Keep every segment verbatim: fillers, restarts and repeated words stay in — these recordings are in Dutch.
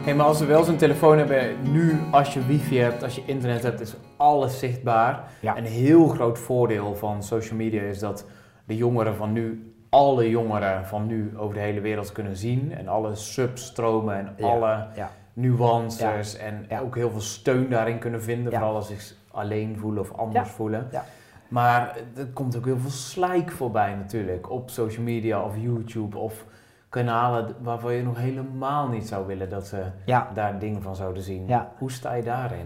Hey, maar als we wel zo'n telefoon hebben, nu als je wifi hebt, als je internet hebt, is alles zichtbaar. Ja. Een heel groot voordeel van social media is dat de jongeren van nu, alle jongeren van nu over de hele wereld kunnen zien. En alle substromen en Ja. alle Ja. nuances Ja. en Ja. ook heel veel steun daarin kunnen vinden. Ja. Vooral als ze zich alleen voelen of anders Ja. voelen. Ja. Maar er komt ook heel veel slijk voorbij natuurlijk op social media of YouTube of kanalen waarvan je nog helemaal niet zou willen dat ze Ja. daar dingen van zouden zien. Ja. Hoe sta je daarin?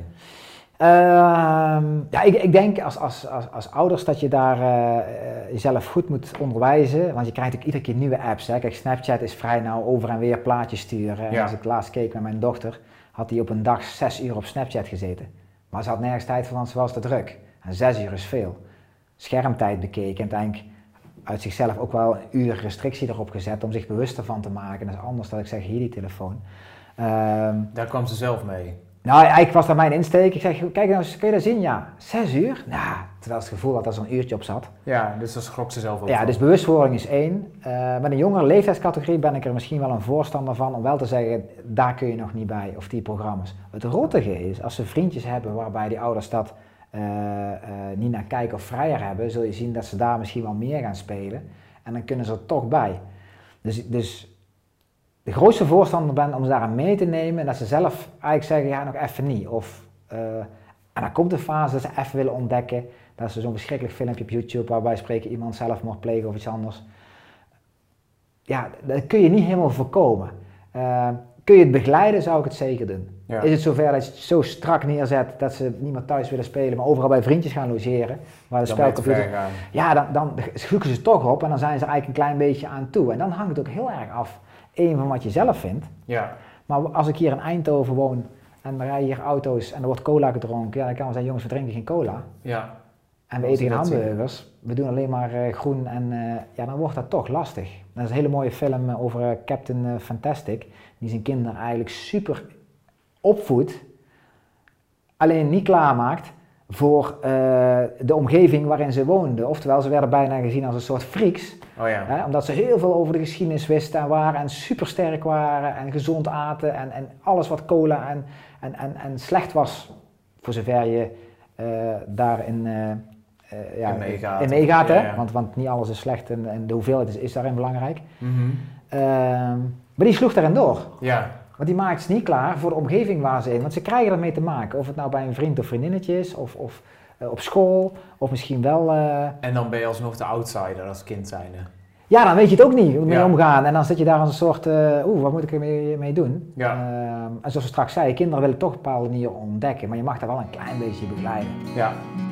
Uh, ja, ik, ik denk als, als, als, als ouders dat je daar uh, jezelf goed moet onderwijzen, want je krijgt ook iedere keer nieuwe apps. Hè. Kijk, Snapchat is vrij nou over en weer plaatjes sturen. En Ja. als ik laatst keek met mijn dochter, had die op een dag zes uur op Snapchat gezeten. Maar ze had nergens tijd voor, want ze was te druk. En zes uur is veel. Schermtijd bekeken en uiteindelijk uit zichzelf ook wel een uur restrictie erop gezet om zich bewuster van te maken. Dat is anders dan ik zeg, hier die telefoon. Uh, Daar kwam ze zelf mee. Nou, eigenlijk was dat mijn insteek. Ik zeg, kijk nou eens, kun je dat zien? Ja, zes uur? Nou, terwijl het gevoel had dat er zo'n uurtje op zat. Ja, dus daar schrok ze zelf ook Ja, van. dus bewustwording is één. Uh, met een jongere leeftijdscategorie ben ik er misschien wel een voorstander van om wel te zeggen, daar kun je nog niet bij, of die programma's. Het rottige is, als ze vriendjes hebben waarbij die ouders dat uh, uh, niet naar kijken of vrijer hebben, zul je zien dat ze daar misschien wel meer gaan spelen. En dan kunnen ze er toch bij. Dus... dus de grootste voorstander ben om ze daar aan mee te nemen en dat ze zelf eigenlijk zeggen, ja, nog even niet. Of, uh, en dan komt de fase dat ze even willen ontdekken, dat ze zo'n verschrikkelijk filmpje op YouTube waarbij spreken iemand zelfmoord plegen of iets anders. Ja, dat kun je niet helemaal voorkomen. Uh, kun je het begeleiden, zou ik het zeker doen. Ja. Is het zover dat je het zo strak neerzet dat ze niet meer thuis willen spelen, maar overal bij vriendjes gaan logeren, waar de spelcomputer... Ja, dan, dan zoeken ze toch op en dan zijn ze er eigenlijk een klein beetje aan toe. En dan hangt het ook heel erg af. Eén van wat je zelf vindt. Ja. Maar als ik hier in Eindhoven woon en er rijden hier auto's en er wordt cola gedronken, ja, dan kan we zeggen, jongens, we drinken geen cola. Ja. En we eten geen hamburgers, we doen alleen maar uh, groen en uh, ja, dan wordt dat toch lastig. Dat is een hele mooie film over uh, Captain uh, Fantastic, die zijn kinderen eigenlijk super opvoedt, alleen niet klaarmaakt voor uh, de omgeving waarin ze woonden. Oftewel, ze werden bijna gezien als een soort freaks. Oh ja. Hè, omdat ze heel veel over de geschiedenis wisten en waren en supersterk waren en gezond aten en, en alles wat cola en, en, en, en slecht was, voor zover je uh, daarin uh, uh, ja, in meegaat. In meegaat ja, hè? Ja. Want, want niet alles is slecht en, en de hoeveelheid is, is daarin belangrijk. Mm-hmm. Uh, maar die sloeg daarin door. Ja. Want die maakt ze niet klaar voor de omgeving waar ze in, want ze krijgen ermee te maken. Of het nou bij een vriend of vriendinnetje is, of, of uh, op school, of misschien wel... Uh... En dan ben je alsnog de outsider als kind zijnde. Ja, dan weet je het ook niet, hoe mee ja. omgaan. En dan zit je daar als een soort, uh, oeh, wat moet ik ermee mee doen? Ja. Uh, en zoals we straks zeiden, kinderen willen toch bepaalde manieren ontdekken, maar je mag daar wel een klein beetje begeleiden. Ja.